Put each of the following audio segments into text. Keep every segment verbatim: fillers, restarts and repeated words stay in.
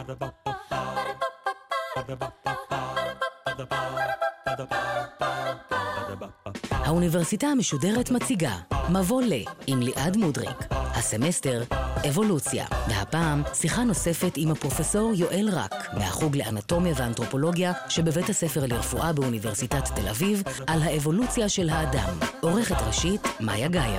האוניברסיטה המשודרת מציגה מבוא ל עם ליעד מודריק. הסמסטר אבולוציה, והפעם שיחה נוספת עם הפרופסור יואל רק מהחוג לאנטומיה ואנתרופולוגיה שבבית הספר לרפואה באוניברסיטת תל אביב על האבולוציה של האדם. עורכת ראשית מאיה גייר.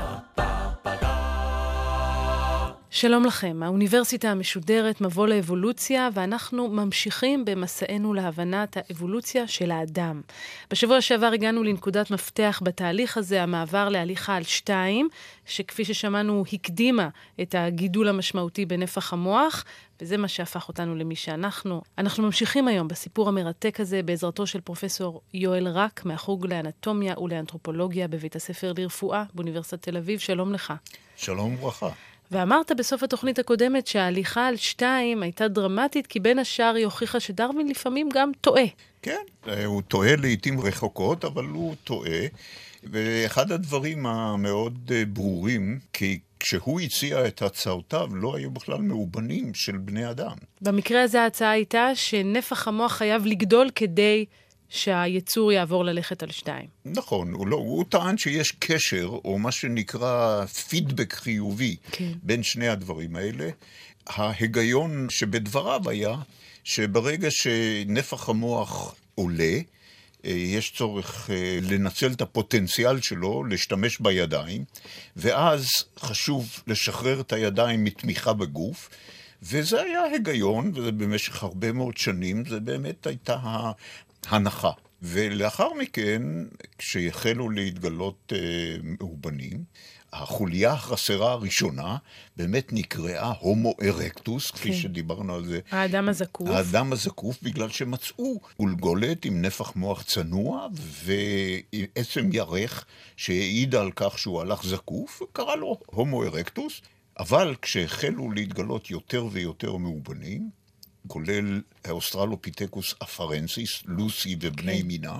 שלום לכם, האוניברסיטה המשודרת מבוא לאבולוציה, ואנחנו ממשיכים במסענו להבנת האבולוציה של האדם. בשבוע שעבר הגענו לנקודת מפתח בתהליך הזה, המעבר להליכה על שתיים, שכפי ששמענו הקדימה את הגידול המשמעותי בנפח המוח, וזה מה שהפך אותנו למי שאנחנו. אנחנו ממשיכים היום בסיפור המרתק הזה בעזרתו של פרופסור יואל רק, מהחוג לאנטומיה ולאנתרופולוגיה בבית הספר לרפואה באוניברסיטת תל אביב. שלום לך. שלום וברכה. ואמרת בסוף התוכנית הקודמת שההליכה על שתיים הייתה דרמטית, כי בין השאר היא הוכיחה שדרווין לפעמים גם טועה. כן, הוא טועה לעתים רחוקות, אבל הוא טועה. ואחד הדברים המאוד ברורים, כי כשהוא הציע את הצעותיו, לא היו בכלל מאובנים של בני אדם. במקרה הזה ההצעה הייתה שנפח המוח חייב לגדול כדי שהיצור יעבור ללכת על שתיים. נכון, הוא, לא, הוא טען שיש קשר, או מה שנקרא פידבק חיובי, כן. בין שני הדברים האלה. ההיגיון שבדבריו היה שברגע שנפח המוח עולה, יש צורך לנצל את הפוטנציאל שלו, להשתמש בידיים, ואז חשוב לשחרר את הידיים מתמיכה בגוף, וזה היה היגיון, וזה במשך הרבה מאוד שנים, זה באמת הייתה הנחה. ולאחר מכן, כשיחלו להתגלות אה, מאובנים, החוליה החסרה הראשונה באמת נקראה הומו ארקטוס, כן. כפי שדיברנו על זה. האדם הזקוף. האדם הזקוף, בגלל שמצאו גולגולת עם נפח מוח צנוע, ועצם ירך שהעיד על כך שהוא הלך זקוף, וקרא לו הומו ארקטוס. אבל כשהחלו להתגלות יותר ויותר מאובנים, כולל האוסטרלופיתקוס אפרנסיס, לוסי ובני okay. מינה,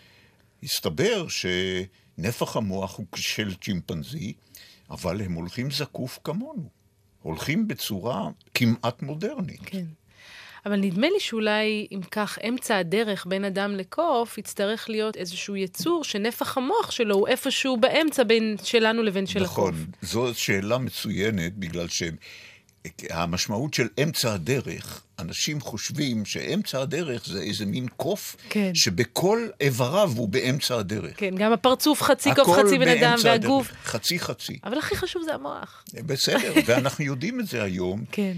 הסתבר שנפח המוח הוא של צ'ימפנזי, אבל הם הולכים זקוף כמונו. הולכים בצורה כמעט מודרנית. כן. אבל נדמה לי שאולי אם כך אמצע הדרך בין אדם לקוף, יצטרך להיות איזשהו יצור שנפח המוח שלו הוא איפשהו באמצע בין שלנו לבין של נכון, הקוף. נכון, זו שאלה מצוינת, בגלל שהם המשמעות של אמצע הדרך, אנשים חושבים שאמצע הדרך זה איזה מין קוף, כן. שבכל איבריו הוא באמצע הדרך. כן, גם הפרצוף חצי קוף, חצי בן אדם, והגוף. הדרך, חצי חצי. אבל הכי חשוב זה המוח. בסדר, ואנחנו יודעים את זה היום, כן.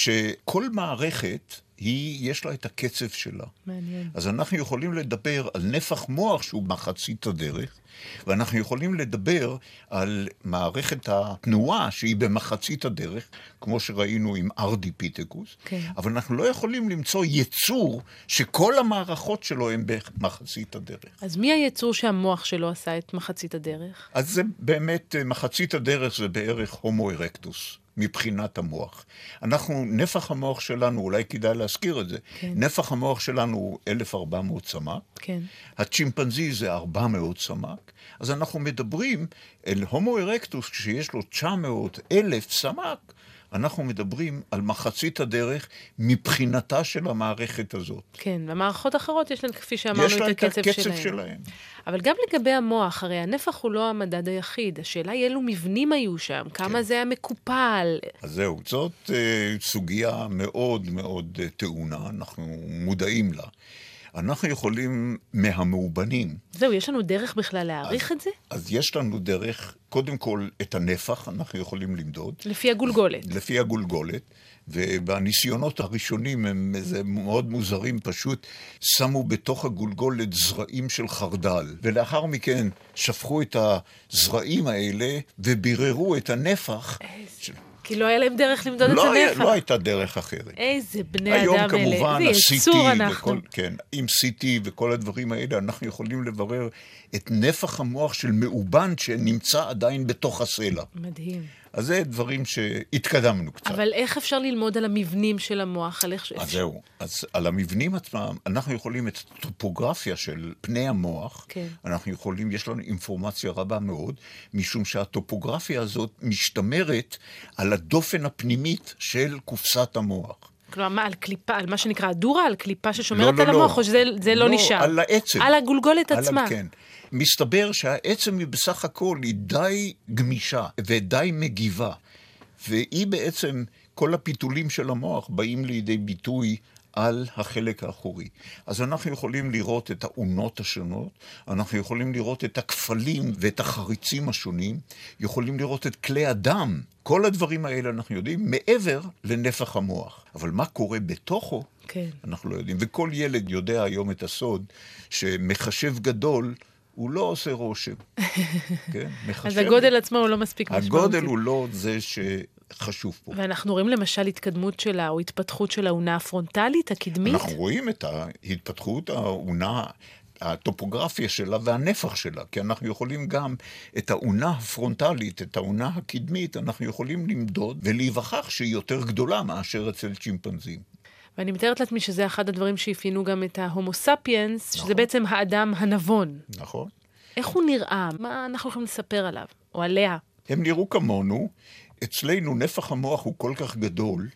שכל מערכת היא, יש לה את הקצב שלה. מעניין. אז אנחנו יכולים לדבר על נפח מוח שהוא מחצית הדרך, ואנחנו יכולים לדבר על מערכת התנועה שהיא במחצית הדרך, כמו שראינו עם ארדיפיתקוס, כן. אבל אנחנו לא יכולים למצוא יצור שכל המערכות שלו הן במחצית הדרך. אז מי היצור שהמוח שלו עשה את מחצית הדרך? אז זה באמת, מחצית הדרך זה בערך הומו ארקטוס. מבחינת המוח. אנחנו, נפח המוח שלנו, אולי כדאי להזכיר את זה, כן. נפח המוח שלנו הוא אלף וארבע מאות סמ"ק, כן. הצ'ימפנזי זה ארבע מאות סמ"ק, אז אנחנו מדברים אל הומו ארקטוס, כשיש לו תשע מאות אלף סמ"ק, אנחנו מדברים על מחצית הדרך מבחינתה של המערכת הזאת. כן, והמערכות אחרות יש להן, כפי שאמרנו, את הקצב, את הקצב שלהם. שלהם. אבל גם לגבי המוח, הרי הנפח הוא לא המדד היחיד. השאלה היא אילו מבנים היו שם, כמה כן. זה היה מקופל. אז זהו, זאת uh, סוגיה מאוד מאוד uh, טעונה, אנחנו מודעים לה. אנחנו יכולים מהמאובנים. זהו, יש לנו דרך בכלל להעריך אז, את זה? אז יש לנו דרך, קודם כל, את הנפח, אנחנו יכולים למדוד. לפי הגולגולת. לפי הגולגולת, ובניסיונות הראשונים הם זה מאוד מוזרים, פשוט שמו בתוך הגולגולת זרעים של חרדל, ולאחר מכן שפכו את הזרעים האלה וביררו את הנפח. של... כי לא היה להם דרך למדוד לא את היה, הנפח. לא הייתה דרך אחרת. איזה בני היום אדם אלה. כמובן, זה יצור אנחנו. וכל, כן, עם סי טי וכל הדברים האלה, אנחנו יכולים לברר את נפח המוח של מאובן שנמצא עדיין בתוך הסלע. מדהים. אז זה דברים שהתקדמנו קצת. אבל איך אפשר ללמוד על המבנים של המוח? על איך... אז זהו. אז על המבנים עצמם, אנחנו יכולים את הטופוגרפיה של פני המוח, כן. אנחנו יכולים, יש לנו אינפורמציה רבה מאוד, משום שהטופוגרפיה הזאת משתמרת על הדופן הפנימית של קופסת המוח. כלומר, מה, על קליפה, על מה שנקרא הדורה, על קליפה ששומרת לא, על לא, המוח, לא. או שזה זה לא, לא נשאר? על העצם. על הגולגולת על עצמה. כן. מסתבר שהעצם היא בסך הכל היא די גמישה ודי מגיבה, והיא בעצם, כל הפיתולים של המוח באים לידי ביטוי על החלק האחורי. אז אנחנו יכולים לראות את האונות השונות, אנחנו יכולים לראות את הכפלים ואת החריצים השונים, יכולים לראות את כלי הדם. כל הדברים האלה אנחנו יודעים מעבר לנפח המוח. אבל מה קורה בתוכו? כן. אנחנו לא יודעים. וכל ילד יודע היום את הסוד שמחשב גדול הוא לא עושה רושם. כן? מחשב... אז הגודל עצמו הוא לא מספיק משמעותי. הגודל הוא לא זה ש... חשוב פה. ואנחנו רואים למשל התקדמות שלה, או התפתחות של האונה הפרונטלית, הקדמית? אנחנו רואים את ההתפתחות, האונה, הטופוגרפיה שלה והנפח שלה, כי אנחנו יכולים גם את האונה הפרונטלית, את האונה הקדמית, אנחנו יכולים למדוד ולהיווכח שהיא יותר גדולה מאשר אצל צ'ימפנזים. ואני מתארת לעצמי שזה אחד הדברים שאפיינו גם את ההומו ספיאנס, נכון. שזה בעצם האדם הנבון. נכון. איך הוא נראה? מה אנחנו יכולים לספר עליו? או עליה? הם נראו כמונו. אצלנו נפח המוח הוא כל כך גדול,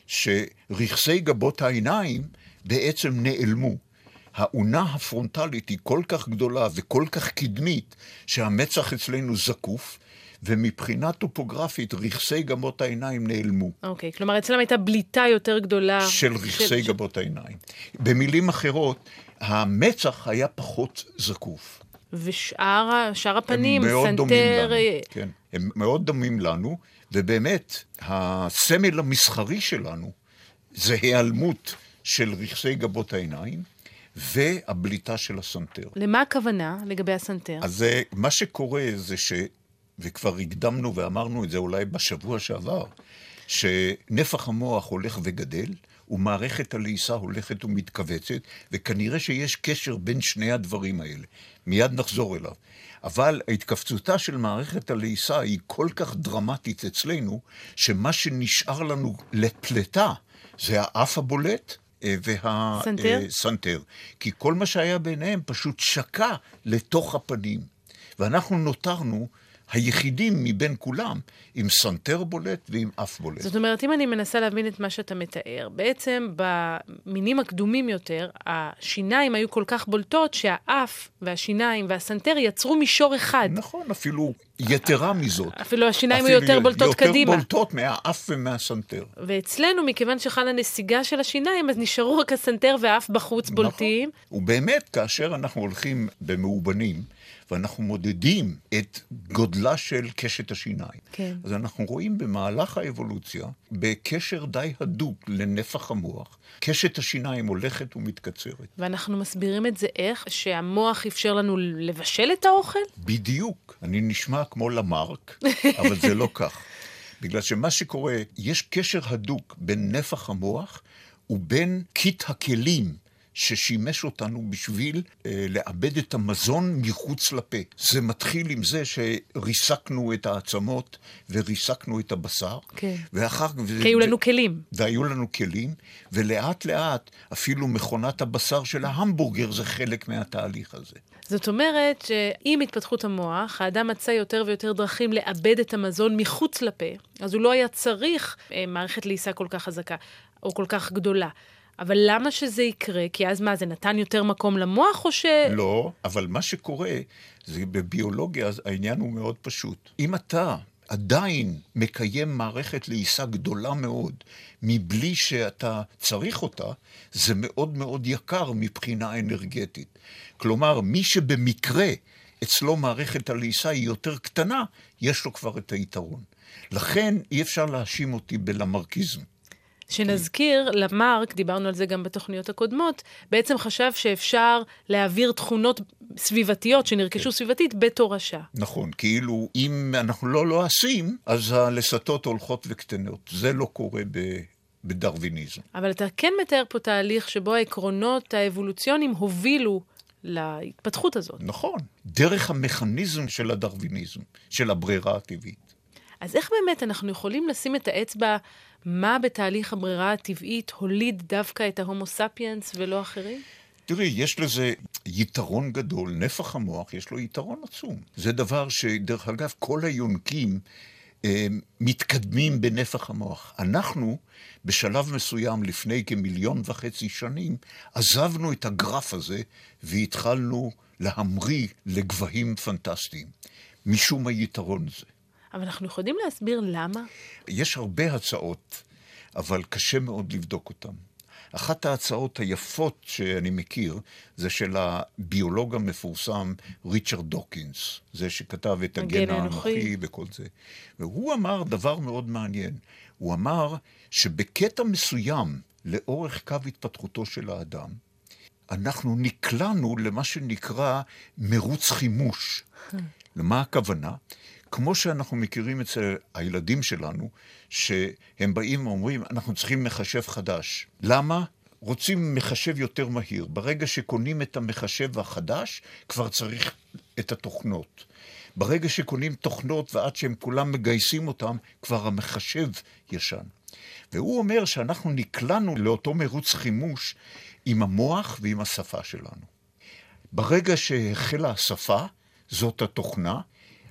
שרכסי גבות העיניים בעצם נעלמו. האונה הפרונטלית היא כל כך גדולה וכל כך קדמית, שהמצח אצלנו זקוף, ומבחינה טופוגרפית רכסי גבות העיניים נעלמו. אוקיי, כלומר אצלם הייתה בליטה יותר גדולה. של רכסי של... גבות העיניים. במילים אחרות, המצח היה פחות זקוף. ושאר שאר הפנים, הם מאוד סנטר... דומים לנו. כן, הם מאוד דומים לנו, ובאמת, הסמל המסחרי שלנו זה העלמות של רכסי גבות העיניים, והבליטה של הסנטר. למה הכוונה לגבי הסנטר? אז זה, מה שקורה זה ש... וכבר הקדמנו ואמרנו את זה אולי בשבוע שעבר, שנפח המוח הולך וגדל, ומערכת הלעיסה הולכת ומתכווצת, וכנראה שיש קשר בין שני הדברים האלה. מיד נחזור אליו. אבל ההתכווצותה של מערכת הלעיסה היא כל כך דרמטית אצלנו, שמה שנשאר לנו לפלטה זה האף הבולט והסנטר. כי כל מה שהיה ביניהם פשוט שקע לתוך הפנים. ואנחנו נותרנו היחידים מבין כולם, עם סנטר בולט ועם אף בולט. זאת אומרת, אם אני מנסה להבין את מה שאתה מתאר, בעצם במינים הקדומים יותר, השיניים היו כל כך בולטות, שהאף והשיניים והסנטר יצרו מישור אחד. נכון, אפילו יתרה מזאת. אפילו השיניים היו יותר בולטות קדימה. יותר בולטות מהאף ומהסנטר. ואצלנו, מכיוון שחלה נסיגה של השיניים, אז נשארו רק הסנטר והאף בחוץ בולטים. נכון, ובאמת, כאשר אנחנו הולכים במאובנים, ואנחנו מודדים את גודלה של קשת השיניים. כן. אז אנחנו רואים במהלך האבולוציה, בקשר די הדוק לנפח המוח, קשת השיניים הולכת ומתקצרת. ואנחנו מסבירים את זה איך? שהמוח אפשר לנו לבשל את האוכל? בדיוק. אני נשמע כמו למרק, אבל זה לא כך. בגלל שמה שקורה, יש קשר הדוק בין נפח המוח ובין כית הכלים, ששימש אותנו בשביל אה, לאבד את המזון מחוץ לפה. זה מתחיל עם זה שריסקנו את העצמות וריסקנו את הבשר. כן. ואחר כך... כי היו לנו כלים. והיו לנו כלים, ולאט לאט אפילו מכונת הבשר של ההמבורגר זה חלק מהתהליך הזה. זאת אומרת שעם התפתחות המוח, האדם מצא יותר ויותר דרכים לאבד את המזון מחוץ לפה, אז הוא לא היה צריך אה, מערכת לעיסה כל כך חזקה או כל כך גדולה. אבל למה שזה יקרה? כי אז מה, זה נתן יותר מקום למוח או ש... לא, אבל מה שקורה, זה בביולוגיה, העניין הוא מאוד פשוט. אם אתה עדיין מקיים מערכת לעיסה גדולה מאוד, מבלי שאתה צריך אותה, זה מאוד מאוד יקר מבחינה אנרגטית. כלומר, מי שבמקרה אצלו מערכת הלעיסה היא יותר קטנה, יש לו כבר את היתרון. לכן אי אפשר להאשים אותי בלמרקיזם. שנזכיר, למרק, דיברנו על זה גם בתוכניות הקודמות, בעצם חשב שאפשר להעביר תכונות סביבתיות שנרכשו סביבתית בתורשה. נכון, כאילו אם אנחנו לא לא עשים, אז הלסתות הולכות וקטנות. זה לא קורה ב... בדרוויניזם. אבל אתה כן מתאר פה תהליך שבו העקרונות האבולוציוניים הובילו להתפתחות הזאת. נכון, דרך המכניזם של הדרוויניזם, של הברירה הטבעית. אז איך באמת אנחנו יכולים לשים את האצבע מה בתהליך הברירה הטבעית הוליד דווקא את ההומו ספיאנס ולא אחרים? תראי, יש לזה יתרון גדול, נפח המוח יש לו יתרון עצום. זה דבר שדרך אגב כל היונקים מתקדמים בנפח המוח. אנחנו, בשלב מסוים, לפני כמיליון וחצי שנים, עזבנו את הגרף הזה, והתחלנו להמריא לגבהים פנטסטיים. משום היתרון הזה. אבל אנחנו יכולים להסביר למה? יש הרבה הצעות, אבל קשה מאוד לבדוק אותן. אחת ההצעות היפות שאני מכיר, זה של הביולוג המפורסם ריצ'רד דוקינס, זה שכתב את הגן האנוכי וכל זה. והוא אמר דבר מאוד מעניין. הוא אמר שבקטע מסוים, לאורך קו התפתחותו של האדם, אנחנו נקלענו למה שנקרא מרוץ חימוש. למה הכוונה? כמו שאנחנו מכירים אצל הילדים שלנו, שהם באים ואומרים, אנחנו צריכים מחשב חדש. למה? רוצים מחשב יותר מהיר. ברגע שקונים את המחשב החדש, כבר צריך את התוכנות. ברגע שקונים תוכנות ועד שהם כולם מגייסים אותם, כבר המחשב ישן. והוא אומר שאנחנו נקלענו לאותו מרוץ חימוש עם המוח ועם השפה שלנו. ברגע שהחלה השפה, זאת התוכנה,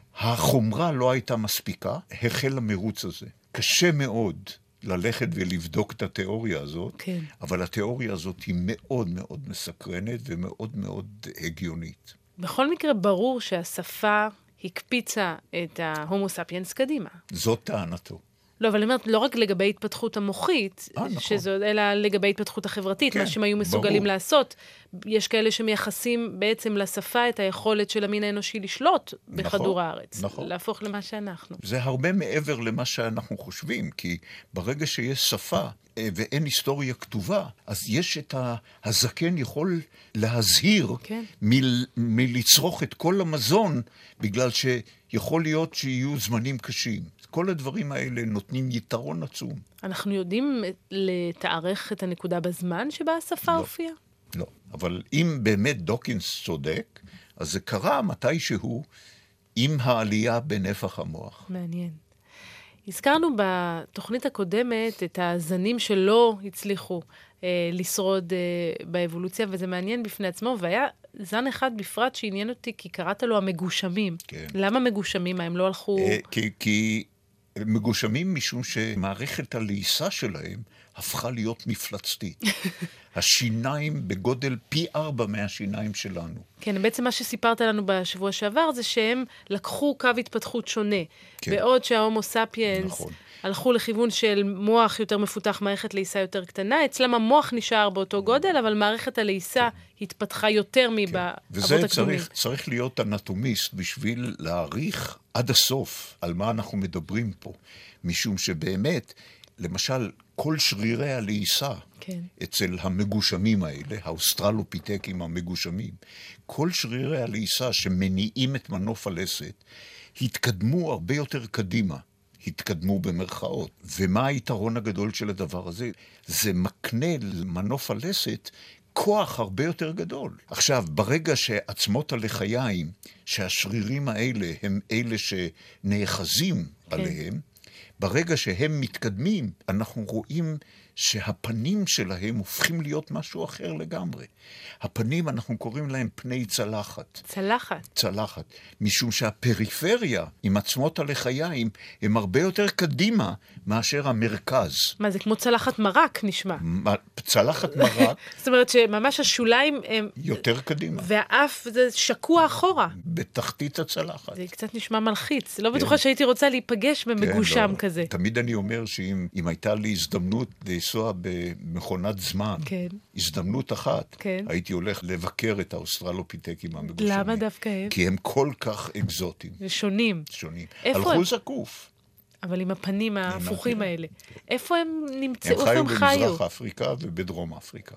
החומרה לא הייתה מספיקה, החל המרוץ הזה. קשה מאוד ללכת ולבדוק את התיאוריה הזאת, כן. אבל התיאוריה הזאת היא מאוד מאוד מסקרנת ומאוד מאוד הגיונית. בכל מקרה ברור שהשפה הקפיצה את ההומו ספיאנס קדימה. זאת טענתו. לא, אבל אני אומרת, לא רק לגבי התפתחות המוחית, 아, נכון. שזו, אלא לגבי התפתחות החברתית, כן, מה שהם היו מסוגלים ברור. לעשות. יש כאלה שמייחסים בעצם לשפה את היכולת של המין האנושי לשלוט נכון, בכדור הארץ. נכון. להפוך למה שאנחנו. זה הרבה מעבר למה שאנחנו חושבים, כי ברגע שיש שפה ואין היסטוריה כתובה, אז יש את ה... הזקן יכול להזהיר כן. מ... מלצרוך את כל המזון, בגלל שיכול להיות שיהיו זמנים קשים. כל הדברים האלה נותנים יתרון עצום. אנחנו יודעים לתארך את הנקודה בזמן שבה השפה לא, הופיעה? לא, אבל אם באמת דוקינס צודק, אז זה קרה מתישהו עם העלייה בנפח המוח. מעניין. הזכרנו בתוכנית הקודמת את הזנים שלא הצליחו אה, לשרוד אה, באבולוציה, וזה מעניין בפני עצמו, והיה זן אחד בפרט שעניין אותי, כי קראת לו המגושמים. כן. למה מגושמים? הם לא הלכו... אה, כי... כי... מגושמים משום שמערכת הלעיסה שלהם הפכה להיות מפלצתית. השיניים בגודל פי ארבע מהשיניים שלנו. כן, בעצם מה שסיפרת לנו בשבוע שעבר זה שהם לקחו קו התפתחות שונה. כן. בעוד שההומו ספיאנס נכון. הלכו לכיוון של מוח יותר מפותח, מערכת לעיסה יותר קטנה, אצלם המוח נשאר באותו גודל, אבל מערכת הלעיסה כן. התפתחה יותר מבאבות כן. הקדומים. וזה צריך, צריך להיות אנטומיסט בשביל להעריך עד הסוף על מה אנחנו מדברים פה. משום שבאמת, למשל, כל שרירי הלעיסה כן. אצל המגושמים האלה, האוסטרלופיטקים המגושמים, כל שרירי הלעיסה שמניעים את מנוף הלסת, התקדמו הרבה יותר קדימה. התקדמו במרכאות. ומה היתרון הגדול של הדבר הזה? זה מקנה למנוף הלסת כוח הרבה יותר גדול. עכשיו, ברגע שעצמות הלחיים, שהשרירים האלה הם אלה שנאחזים כן. עליהם, ברגע שהם מתקדמים, אנחנו רואים שהפנים שלהם הופכים להיות משהו אחר לגמרי. הפנים, אנחנו קוראים להם פני צלחת. צלחת. צלחת. משום שהפריפריה עם עצמות הלחיים הם הרבה יותר קדימה מאשר המרכז. מה, זה כמו צלחת מרק נשמע? צלחת מרק. זאת אומרת שממש השוליים הם... יותר קדימה. והאף זה שקוע אחורה. בתחתית הצלחת. זה קצת נשמע מלחיץ. לא בטוחה שהייתי רוצה להיפגש במגושם כזה. תמיד אני אומר שאם הייתה לי הזדמנות לנסוע במכונת זמן, הזדמנות אחת, הייתי הולך לבקר את האוסטרלופיטקים המגושמים. למה דווקא הם? כי הם כל כך אקזוטיים. ושונים. שונים. הלכו זקוף. אבל עם הפנים ההפוכים האלה. איפה הם נמצאו? איפה הם חיו? הם חיו במזרח אפריקה ובדרום אפריקה.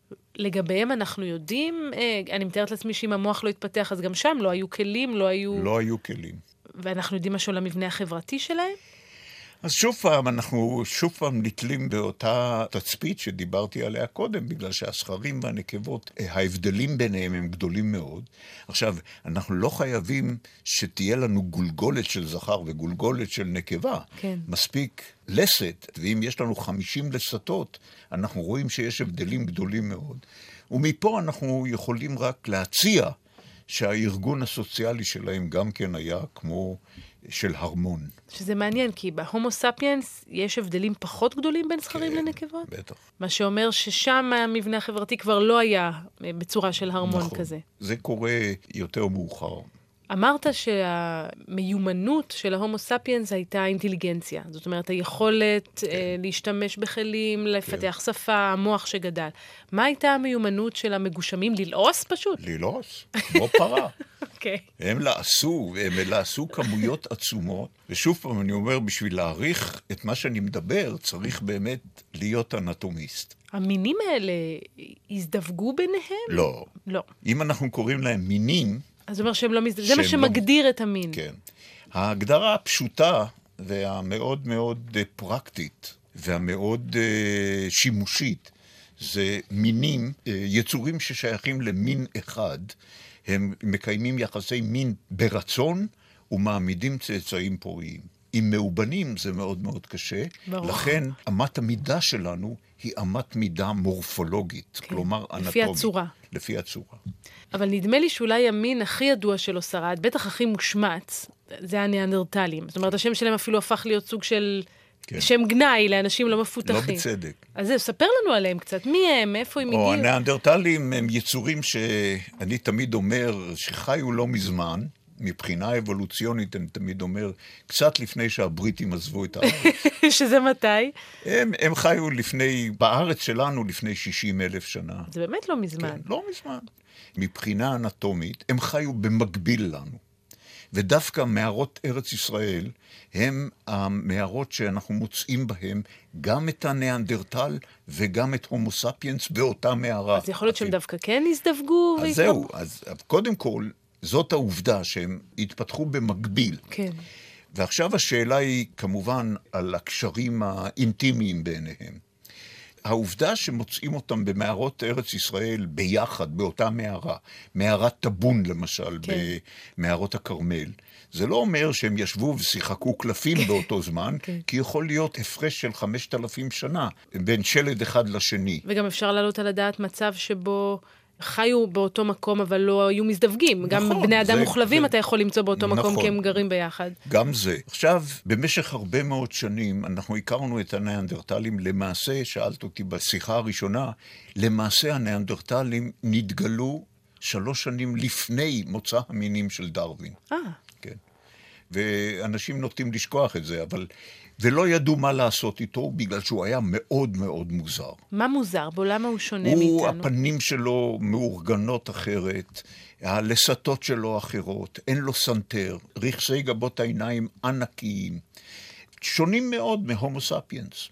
לגביהם אנחנו יודעים, אני מתארת לעצמי שאם המוח לא התפתח, אז גם שם לא היו כלים, לא היו... לא היו כלים. ואנחנו יודעים משהו על המבנה החברתי שלהם? אז שוב פעם, אנחנו שוב פעם נתלים באותה תצפית שדיברתי עליה קודם, בגלל שהזכרים והנקבות, ההבדלים ביניהם הם גדולים מאוד. עכשיו, אנחנו לא חייבים שתהיה לנו גולגולת של זכר וגולגולת של נקבה. כן. מספיק לסת, ואם יש לנו חמישים לסתות, אנחנו רואים שיש הבדלים גדולים מאוד. ומפה אנחנו יכולים רק להציע שהארגון הסוציאלי שלהם גם כן היה כמו של הרמון. שזה מעניין, כי בהומו ספיאנס יש הבדלים פחות גדולים בין זכרים כן, לנקבות? בטח. מה שאומר ששם המבנה החברתי כבר לא היה בצורה של הרמון נכון. כזה. זה קורה יותר מאוחר. אמרת שהמיומנות של ההומו ספיאנס הייתה אינטליגנציה. זאת אומרת, היכולת כן. אה, להשתמש בכלים, לפתח כן. שפה, המוח שגדל. מה הייתה המיומנות של המגושמים? ללעוס פשוט? ללעוס, כמו פרה. אוקיי. הם לעשו, הם לעשו כמויות עצומות, ושוב פעם אני אומר, בשביל להעריך את מה שאני מדבר, צריך באמת להיות אנטומיסט. המינים האלה הזדווגו ביניהם? לא. לא. אם אנחנו קוראים להם מינים, אז זאת אומרת שהם לא מזדווג, זה מה שמגדיר לא... את המין. כן. ההגדרה הפשוטה והמאוד מאוד פרקטית והמאוד uh, שימושית, זה מינים, uh, יצורים ששייכים למין אחד, הם מקיימים יחסי מין ברצון ומעמידים צאצאים פוריים. עם מאובנים זה מאוד מאוד קשה, ברור. לכן אמת המידה שלנו היא אמת מידה מורפולוגית, כן. כלומר אנטומית. לפי הצורה. לפי הצורה. אבל נדמה לי שאולי המין הכי ידוע שלו שרד, בטח הכי מושמץ, זה הניאנדרטלים. זאת אומרת, השם שלהם אפילו הפך להיות סוג של כן. שם גנאי לאנשים לא מפותחים. לא בצדק. אז זה, ספר לנו עליהם קצת. מי הם? איפה הם הגיעו? או, הניאנדרטלים הם יצורים שאני תמיד אומר שחיו לא מזמן, מבחינה אבולוציונית, אני תמיד אומר, קצת לפני שהבריטים עזבו את הארץ. שזה מתי? הם, הם חיו לפני, בארץ שלנו לפני שישים אלף שנה. זה באמת לא מזמן. כן, לא מזמן. מבחינה אנטומית, הם חיו במקביל לנו. ודווקא מערות ארץ ישראל, הם המערות שאנחנו מוצאים בהם גם את הניאנדרטל וגם את הומו ספיאנס באותה מערה. אז יכול להיות שהם דווקא כן הזדווגו? אז זהו, אז קודם כל, זאת העובדה שהם התפתחו במקביל. כן. ועכשיו השאלה היא כמובן על הקשרים האינטימיים ביניהם. העובדה שמוצאים אותם במערות ארץ ישראל ביחד, באותה מערה, מערת טבון למשל, כן. במערות הכרמל, זה לא אומר שהם ישבו ושיחקו קלפים באותו זמן, כן. כי יכול להיות הפרש של חמשת אלפים שנה בין שלד אחד לשני. וגם אפשר לעלות על הדעת מצב שבו חיו באותו מקום, אבל לא היו מזדווגים. נכון, גם בני אדם זה, מוחלבים זה... אתה יכול למצוא באותו נכון, מקום, כי הם גרים ביחד. גם זה. עכשיו, במשך הרבה מאוד שנים, אנחנו הכרנו את הניאנדרטלים, למעשה, שאלת אותי בשיחה הראשונה, למעשה הניאנדרטלים נתגלו שלוש שנים לפני מוצא המינים של דרווין. אה. כן. ואנשים נוטים לשכוח את זה, אבל... ולא ידעו מה לעשות איתו, בגלל שהוא היה מאוד מאוד מוזר. מה מוזר? בו למה הוא שונה הוא, מאיתנו? הפנים שלו מאורגנות אחרת, הלסתות שלו אחרות, אין לו סנטר, רכסי גבות העיניים ענקיים, שונים מאוד מהומו ספיאנס.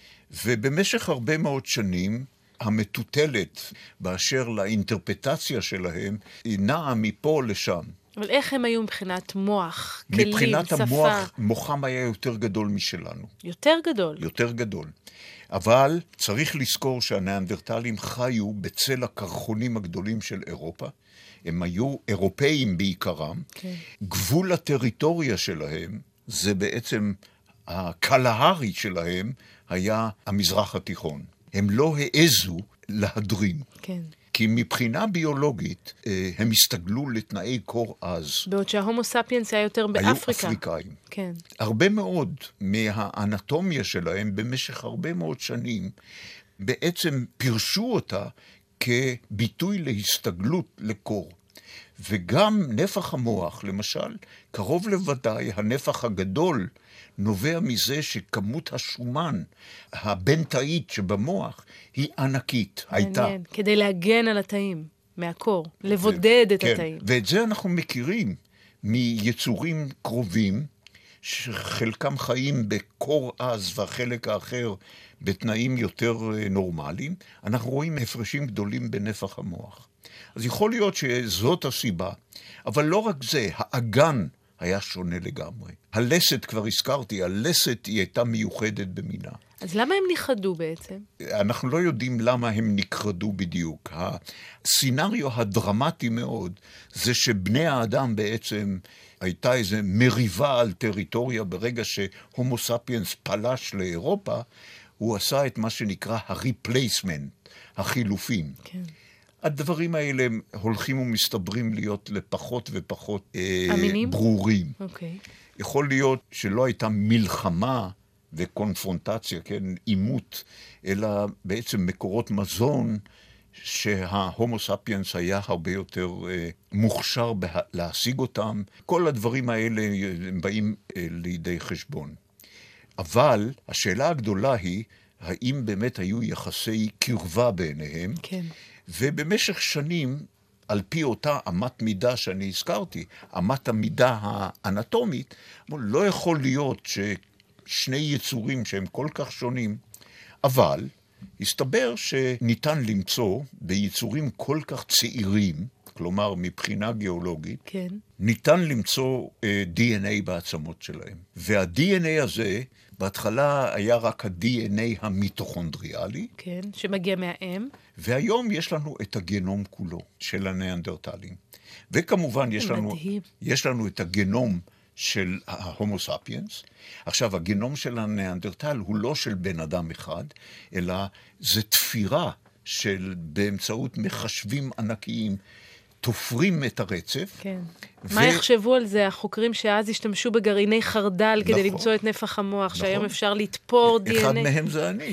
ובמשך הרבה מאוד שנים, המטוטלת באשר לאינטרפטציה שלהם, היא נעה מפה לשם. אבל איך הם היו מבחינת מוח, כלים, מבחינת שפה? מבחינת המוח, מוחם היה יותר גדול משלנו. יותר גדול? יותר גדול. אבל צריך לזכור שהניאנדרטלים חיו בצל הקרחונים הגדולים של אירופה. הם היו אירופאים בעיקרם. כן. גבול הטריטוריה שלהם, זה בעצם הקלהרי שלהם, היה המזרח התיכון. הם לא העזו להדרים. כן. כי מבחינה ביולוגית הם הסתגלו לתנאי קור אז. בעוד שההומו ספיאנס היה יותר באפריקה. היו אפריקאים. כן. הרבה מאוד מהאנטומיה שלהם במשך הרבה מאוד שנים בעצם פירשו אותה כביטוי להסתגלות לקור. וגם נפח המוח, למשל, קרוב לוודאי הנפח הגדול נובע מזה שכמות השומן הבנטאית שבמוח היא ענקית, הייתה. מעניין, כדי להגן על התאים מהקור, לבודד את כן, התאים. ואת זה אנחנו מכירים מיצורים קרובים, שחלקם חיים בקור עז והחלק האחר בתנאים יותר נורמליים. אנחנו רואים הפרשים גדולים בנפח המוח. אז יכול להיות שזאת הסיבה, אבל לא רק זה, האגן היה שונה לגמרי. הלסת, כבר הזכרתי, הלסת היא הייתה מיוחדת במינה. אז למה הם נכחדו בעצם? אנחנו לא יודעים למה הם נכחדו בדיוק. הסצנריו הדרמטי מאוד זה שבני האדם בעצם הייתה איזו מריבה על טריטוריה ברגע שהומו ספיאנס פלש לאירופה, הוא עשה את מה שנקרא הריפלייסמנט, החילופים. כן. הדברים האלה הולכים ומסתברים להיות לפחות ופחות אה, ברורים. אוקיי. יכול להיות שלא הייתה מלחמה וקונפרונטציה, כן, עימות, אלא בעצם מקורות מזון, שההומו ספיאנס היה הרבה יותר אה, מוכשר בה, להשיג אותם. כל הדברים האלה הם באים אה, לידי חשבון. אבל השאלה הגדולה היא, האם באמת היו יחסי קרבה ביניהם? כן. ובמשך שנים, על פי אותה אמת מידה שאני הזכרתי, אמת המידה האנטומית, לא יכול להיות ששני יצורים שהם כל כך שונים, אבל הסתבר שניתן למצוא ביצורים כל כך צעירים, כלומר מבחינה גיאולוגית, כן. ניתן למצוא uh, די אן איי בעצמות שלהם. וה-די אן איי הזה, בהתחלה היה רק ה-די אן איי המיטוכונדריאלי. כן, שמגיע מהאם. והיום יש לנו את הגנום כולו של הניאנדרטלים. וכמובן יש לנו, יש לנו את הגנום של ההומו ספיאנס. עכשיו, הגנום של הניאנדרטל הוא לא של בן אדם אחד, אלא זה תפירה של באמצעות מחשבים ענקיים, תופרים את הרצף. כן. ו... מה יחשבו על זה החוקרים שאז השתמשו בגרעיני חרדל נכון. כדי למצוא את נפח המוח, נכון. שהיום אפשר לתפור די אן איי? אחד מהם זה אני.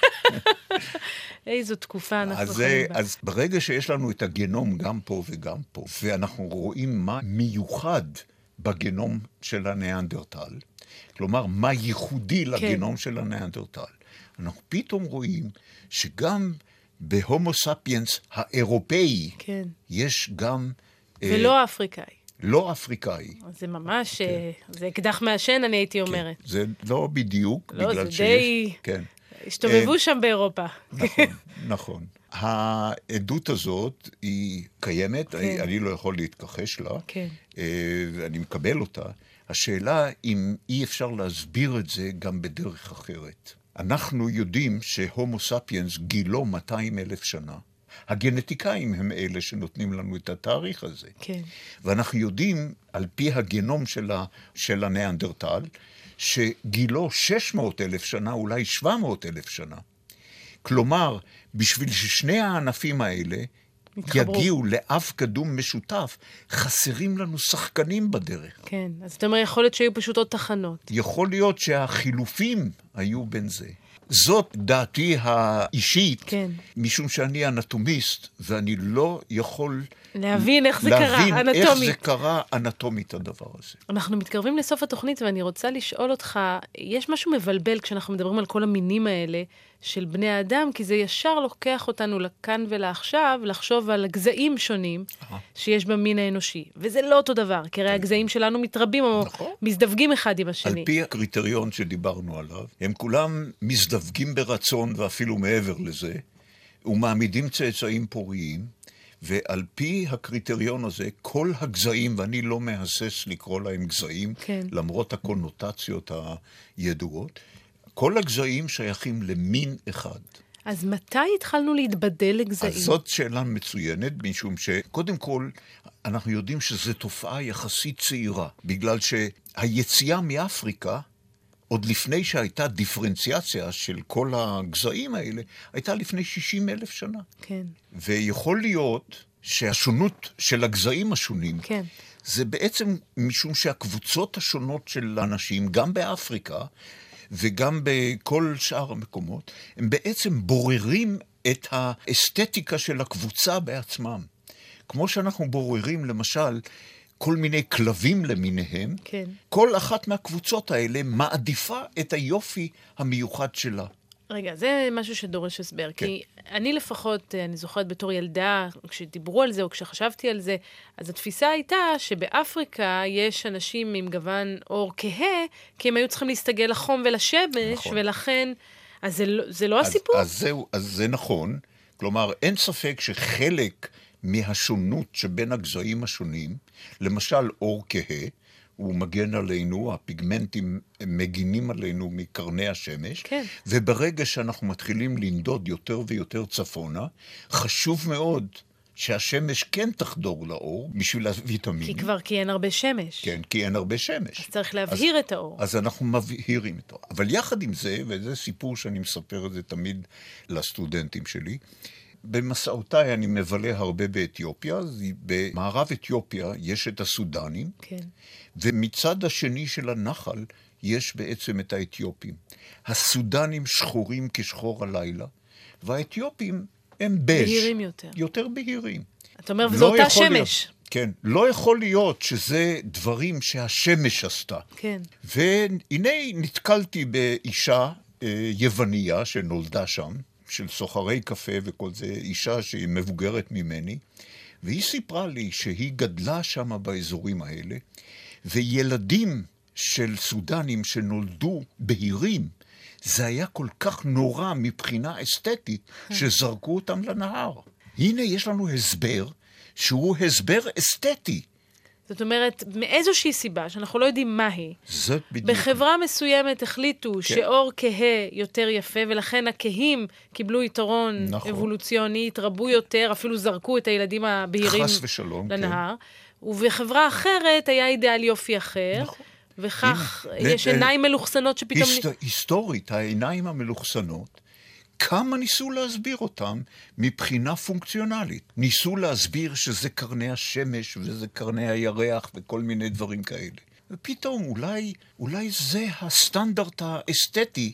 איזו תקופה אנחנו אז, חיים בה. אז ברגע שיש לנו את הגנום גם פה וגם פה, ואנחנו רואים מה מיוחד בגנום של הניאנדרטל, כלומר, מה ייחודי לגנום כן. של הניאנדרטל, אנחנו פתאום רואים שגם בהומו ספיאנס האירופאי, כן. יש גם... ולא אפריקאי. לא אפריקאי. זה ממש, כן. זה אקדח מעשן, אני הייתי אומרת. כן. זה לא בדיוק, לא, בגלל זה שיש... די... כן. השתובבו שם באירופה. נכון, נכון. העדות הזאת היא קיימת, כן. אני, אני לא יכול להתכחש לה, כן. ואני מקבל אותה. השאלה אם אי אפשר להסביר את זה גם בדרך אחרת. אנחנו יודעים שהומו ספיאנס גילו מאתיים אלף שנה. הגנטיקאים הם אלה שנותנים לנו את התאריך הזה. כן. ואנחנו יודעים, על פי הגנום של, ה, של הניאנדרטל, שגילו שש מאות אלף שנה, אולי שבע מאות אלף שנה. כלומר, בשביל ששני הענפים האלה מתחברו. יגיעו לאב קדום משותף, חסרים לנו שחקנים בדרך. כן, אז זאת אומרת, יכול להיות שהיו פשוט עוד תחנות. יכול להיות שהחילופים היו בין זה. זאת דעתי האישית, כן. משום שאני אנטומיסט, ואני לא יכול... להבין איך זה קרה, אנטומית. להבין איך זה קרה אנטומית הדבר הזה. אנחנו מתקרבים לסוף התוכנית, ואני רוצה לשאול אותך, יש משהו מבלבל כשאנחנו מדברים על כל המינים האלה של בני האדם, כי זה ישר לוקח אותנו לכאן ולעכשיו, לחשוב על גזעים שונים שיש במין האנושי. וזה לא אותו דבר, כי הרי הגזעים שלנו מתרבים או מזדווגים אחד עם השני. על פי הקריטריון שדיברנו עליו, הם כולם מזדווגים ברצון ואפילו מעבר לזה, ומעמידים צאצאים פוריים, ועל פי הקריטריון הזה, כל הגזעים, ואני לא מהסס לקרוא להם גזעים, כן. למרות הקונוטציות הידועות, כל הגזעים שייכים למין אחד. אז מתי התחלנו להתבדל לגזעים? אז זאת שאלה מצוינת, משום שקודם כל, אנחנו יודעים שזו תופעה יחסית צעירה, בגלל שהיציאה מאפריקה, עוד לפני שהייתה דיפרנציאציה של כל הגזעים האלה, הייתה לפני שישים אלף שנה. כן. ויכול להיות שהשונות של הגזעים השונים, כן. זה בעצם משום שהקבוצות השונות של האנשים, גם באפריקה, וגם בכל שאר המקומות, הם בעצם בוררים את האסתטיקה של הקבוצה בעצמם. כמו שאנחנו בוררים, למשל, כל מיני כלבים למיניהם, כן. כל אחת מהקבוצות האלה מעדיפה את היופי המיוחד שלה. רגע, זה משהו שדורש הסבר, כן. כי אני לפחות, אני זוכרת בתור ילדה, כשדיברו על זה או כשחשבתי על זה, אז התפיסה הייתה שבאפריקה יש אנשים עם גוון אור כהה, כי הם היו צריכים להסתגל לחום ולשמש, נכון. ולכן, אז זה, זה לא אז, הסיפור? אז, זהו, אז זה נכון, כלומר, אין ספק שחלק מהשונות שבין הגזעים השונים, למשל אור כהה, הוא מגן עלינו, הפיגמנטים מגינים עלינו מקרני השמש, כן. וברגע שאנחנו מתחילים לנדוד יותר ויותר צפונה, חשוב מאוד שהשמש כן תחדור לאור בשביל הוויטמינים. כי כבר כי אין הרבה שמש. כן, כי אין הרבה שמש. אז צריך להבהיר אז, את האור. אז אנחנו מבהירים את האור. אבל יחד עם זה, וזה סיפור שאני מספר את זה תמיד לסטודנטים שלי, במסעותיי אני מבלה הרבה באתיופיה, במערב אתיופיה יש את הסודנים, כן. ומצד השני של הנחל יש בעצם את האתיופים. הסודנים שחורים כשחור הלילה, והאתיופים הם בז'. בהירים יותר. יותר בהירים. אתה אומר, וזו אותה שמש. להיות, כן, לא יכול להיות שזה דברים שהשמש עשתה. כן. והנה נתקלתי באישה אה, יווניה שנולדה שם, של סוחרי קפה וכל זה, אישה שהיא מבוגרת ממני, והיא סיפרה לי שהיא גדלה שם באזורים האלה, וילדים של סודנים שנולדו בהירים, זה היה כל כך נורא מבחינה אסתטית, שזרקו אותם לנהר. הנה יש לנו הסבר, שהוא הסבר אסתטי. זאת אומרת, מאיזושהי סיבה, שאנחנו לא יודעים מה היא, זאת בדיוק. בחברה מסוימת החליטו כן. שאור כהה יותר יפה, ולכן הכהים קיבלו יתרון נכון. אבולוציוני, התרבו יותר, אפילו זרקו את הילדים הבהירים חס ושלום, לנהר, כן. ובחברה אחרת היה אידאל יופי אחר, נכון. וכך הנה, יש עיניים מלוכסנות שפתאום... היסט... היסטורית, העיניים המלוכסנות, כמה ניסו להסביר אותם מבחינה פונקציונלית. ניסו להסביר שזה קרני השמש וזה קרני הירח וכל מיני דברים כאלה. ופתאום אולי, אולי זה הסטנדרט האסתטי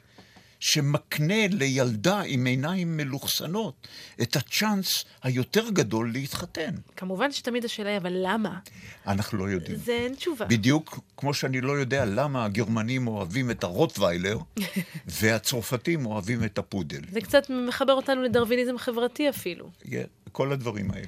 שמקנה לילדה עם עיניים מלוכסנות את הצ'אנס היותר גדול להתחתן. כמובן שתמיד השאלה היא, אבל למה? אנחנו לא יודעים. זה אין תשובה. בדיוק כמו שאני לא יודע למה הגרמנים אוהבים את הרוטוויילר, והצרפתים אוהבים את הפודל. זה קצת מחבר אותנו לדרוויניזם חברתי אפילו. Yeah, כל הדברים האלה.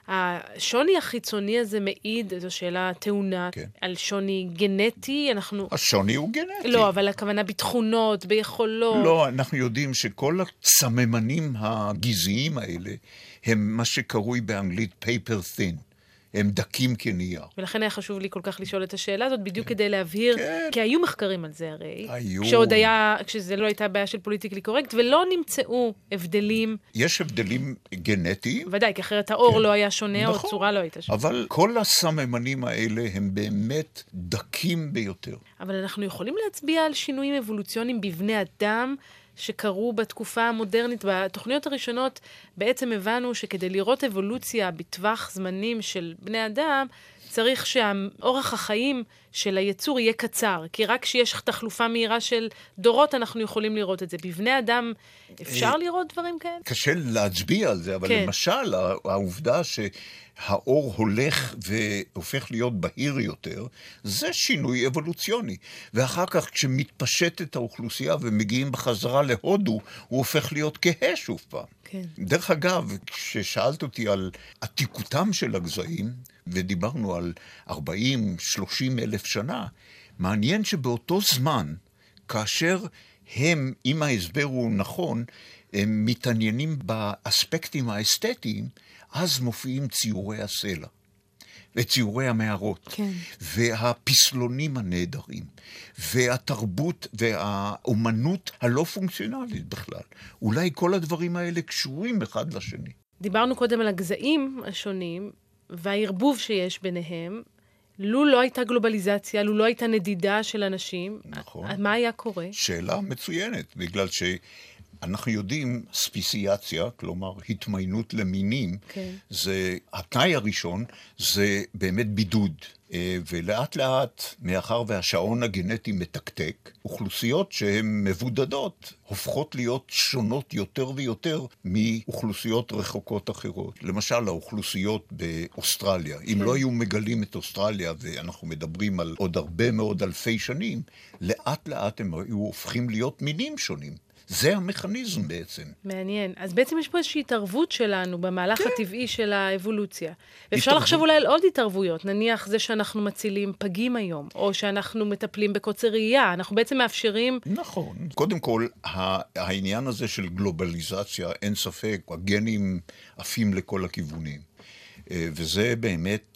השוני החיצוני הזה מעיד, זו שאלה טעונה, כן. על שוני גנטי, אנחנו... השוני הוא גנטי. לא, אבל הכוונה בתכונות, ביכולות. לא, אנחנו יודעים שכל הסממנים הגזעיים האלה, הם מה שקרוי באנגלית paper thin. הם דקים כנייר. ולכן היה חשוב לי כל כך לשאול את השאלה הזאת, בדיוק כן. כדי להבהיר, כן. כי היו מחקרים על זה הרי. היו. כשעוד היה, כשזה לא הייתה בעיה של פוליטיקלי קורקט, ולא נמצאו הבדלים. יש הבדלים גנטיים. ודאי, כי אחרת האור כן. לא היה שונה, נכון. או צורה לא הייתה שונה. אבל כל הסממנים האלה הם באמת דקים ביותר. אבל אנחנו יכולים להצביע על שינויים אבולוציוניים בבני אדם, שקרו בתקופה המודרנית. בתוכניות הראשונות בעצם הבנו שכדי לראות אבולוציה בטווח זמנים של בני אדם, צריך שהאורח החיים של היצור יהיה קצר, כי רק כשיש תחלופה מהירה של דורות אנחנו יכולים לראות את זה. בבני אדם אפשר לראות דברים כאלה? קשה להצביע על זה, אבל כן. למשל העובדה שהאור הולך והופך להיות בהיר יותר, זה שינוי אבולוציוני. ואחר כך כשמתפשטת האוכלוסייה ומגיעים בחזרה להודו, הוא הופך להיות כהה שוב פעם. כן. דרך אגב, כששאלת אותי על עתיקותם של הגזעים, ודיברנו על ארבעים שלושים אלף שנה, מעניין שבאותו זמן, כאשר הם, אם ההסבר הוא נכון, הם מתעניינים באספקטים האסתטיים, אז מופיעים ציורי הסלע, וציורי המערות, כן. והפסלונים הנהדרים, והתרבות והאומנות הלא פונקציונלית בכלל. אולי כל הדברים האלה קשורים אחד לשני. דיברנו קודם על הגזעים השונים, והערבוב שיש ביניהם, לו לא הייתה גלובליזציה, לו לא הייתה נדידה של אנשים, נכון. מה היה קורה? שאלה מצוינת, בגלל שאנחנו יודעים ספציאציה, כלומר התמיינות למינים, כן. זה, התנאי הראשון זה באמת בידוד, ולאט לאט, מאחר והשעון הגנטי מתקתק, אוכלוסיות שהן מבודדות הופכות להיות שונות יותר ויותר מאוכלוסיות רחוקות אחרות. למשל, האוכלוסיות באוסטרליה. כן. אם לא היו מגלים את אוסטרליה, ואנחנו מדברים על עוד הרבה מאוד אלפי שנים, לאט לאט הם היו הופכים להיות מינים שונים. זה המכניזם בעצם. מעניין. אז בעצם יש פה איזושהי התערבות שלנו במהלך כן. הטבעי של האבולוציה. ואפשר התערבות... לחשוב אולי על עוד התערבויות. נניח זה שאנחנו מצילים פגים היום, או שאנחנו מטפלים בקוצר ראייה. אנחנו בעצם מאפשרים... נכון. קודם כל, העניין הזה של גלובליזציה, אין ספק, הגנים עפים לכל הכיוונים. וזה באמת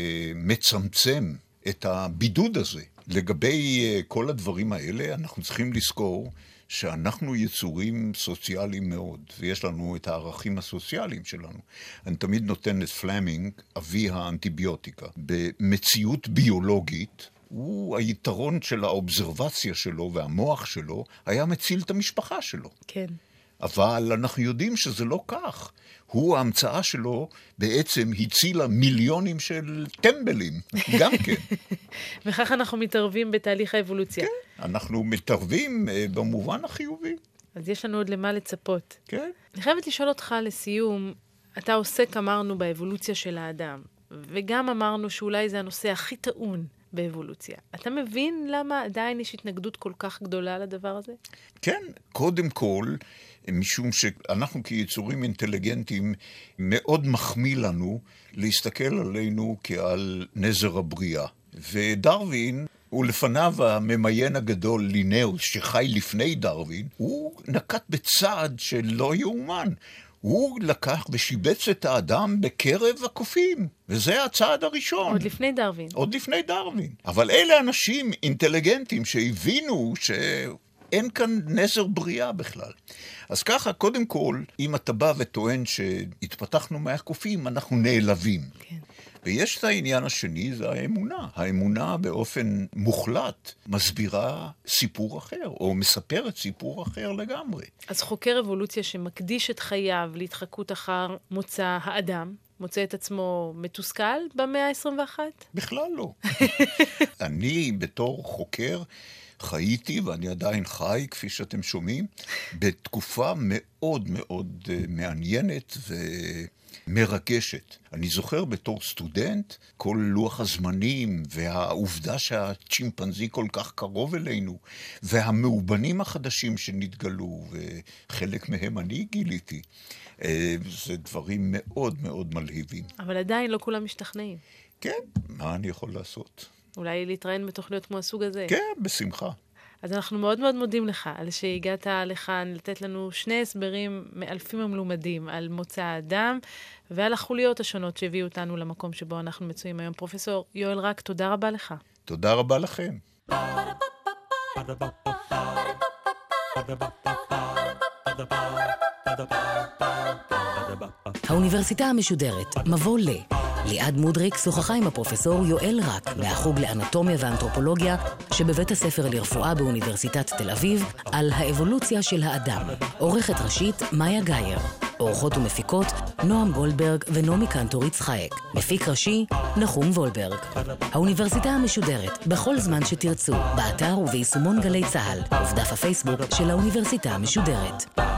מצמצם את הבידוד הזה. לגבי כל הדברים האלה, אנחנו צריכים לזכור שאנחנו יצורים סוציאליים מאוד, ויש לנו את הערכים הסוציאליים שלנו. אני תמיד נותן את פלמינג, אבי האנטיביוטיקה. במציאות ביולוגית, הוא, היתרון של האובזרבציה שלו והמוח שלו, היה מציל את המשפחה שלו. כן. אבל אנחנו יודעים שזה לא כך. הוא, ההמצאה שלו בעצם הצילה מיליונים של טמבלים, גם כן. וכך אנחנו מתערבים בתהליך האבולוציה. כן, אנחנו מתערבים במובן החיובי. אז יש לנו עוד למה לצפות. כן. אני חייבת לשאול אותך לסיום, אתה עוסק, אמרנו, באבולוציה של האדם, וגם אמרנו שאולי זה הנושא הכי טעון באבולוציה. אתה מבין למה עדיין יש התנגדות כל כך גדולה לדבר הזה? כן, קודם כל, משום שאנחנו כיצורים אינטליגנטים מאוד מחמיא לנו להסתכל עלינו כעל נזר הבריאה. ודרווין, ולפניו הממיין הגדול לינאוס, שחי לפני דרווין, הוא נקט בצעד שלא יאומן. הוא לקח ושיבץ את האדם בקרב הקופים, וזה הצעד הראשון. עוד לפני דרווין. עוד לפני דרווין. אבל אלה אנשים אינטליגנטים שהבינו שאין כאן נזר בריאה בכלל. אז ככה, קודם כל, אם אתה בא וטוען שהתפתחנו מהקופים, אנחנו נעלבים. כן. ויש את העניין השני, זה האמונה. האמונה באופן מוחלט מסבירה סיפור אחר, או מספרת סיפור אחר לגמרי. אז חוקר אבולוציה שמקדיש את חייו להתחקות אחר מוצא האדם, מוצא את עצמו מתוסכל במאה ה-עשרים ואחת? בכלל לא. אני בתור חוקר חייתי, ואני עדיין חי, כפי שאתם שומעים, בתקופה מאוד מאוד מעניינת ו... מרגשת. אני זוכר בתור סטודנט, כל לוח הזמנים והעובדה שהצ'ימפנזי כל כך קרוב אלינו, והמאובנים החדשים שנתגלו, וחלק מהם אני גיליתי, זה דברים מאוד מאוד מלהיבים. אבל עדיין לא כולם משתכנעים. כן, מה אני יכול לעשות? אולי להתראיין בתוכניות כמו הסוג הזה. כן, בשמחה. אז אנחנו מאוד מאוד מודים לך על שהגעת לכאן לתת לנו שני הסברים מאלפים המלומדים על מוצא האדם ועל החוליות השונות שהביאו אותנו למקום שבו אנחנו מצויים היום. פרופסור יואל רק, תודה רבה לך. תודה רבה לכם. האוניברסיטה המשודרת, מבוא ל. ליעד מודריק שוחחה עם הפרופסור יואל רק מהחוג לאנטומיה ואנתרופולוגיה שבבית הספר לרפואה באוניברסיטת תל אביב על האבולוציה של האדם. עורכת ראשית מאיה גייר. עורכות ומפיקות נועם גולדברג ונעמי קנטור יצחק. מפיק ראשי נחום וולברג. האוניברסיטה המשודרת בכל זמן שתרצו, באתר וביישומון גלי צהל ובדף הפייסבוק של האוניברסיטה המשודרת.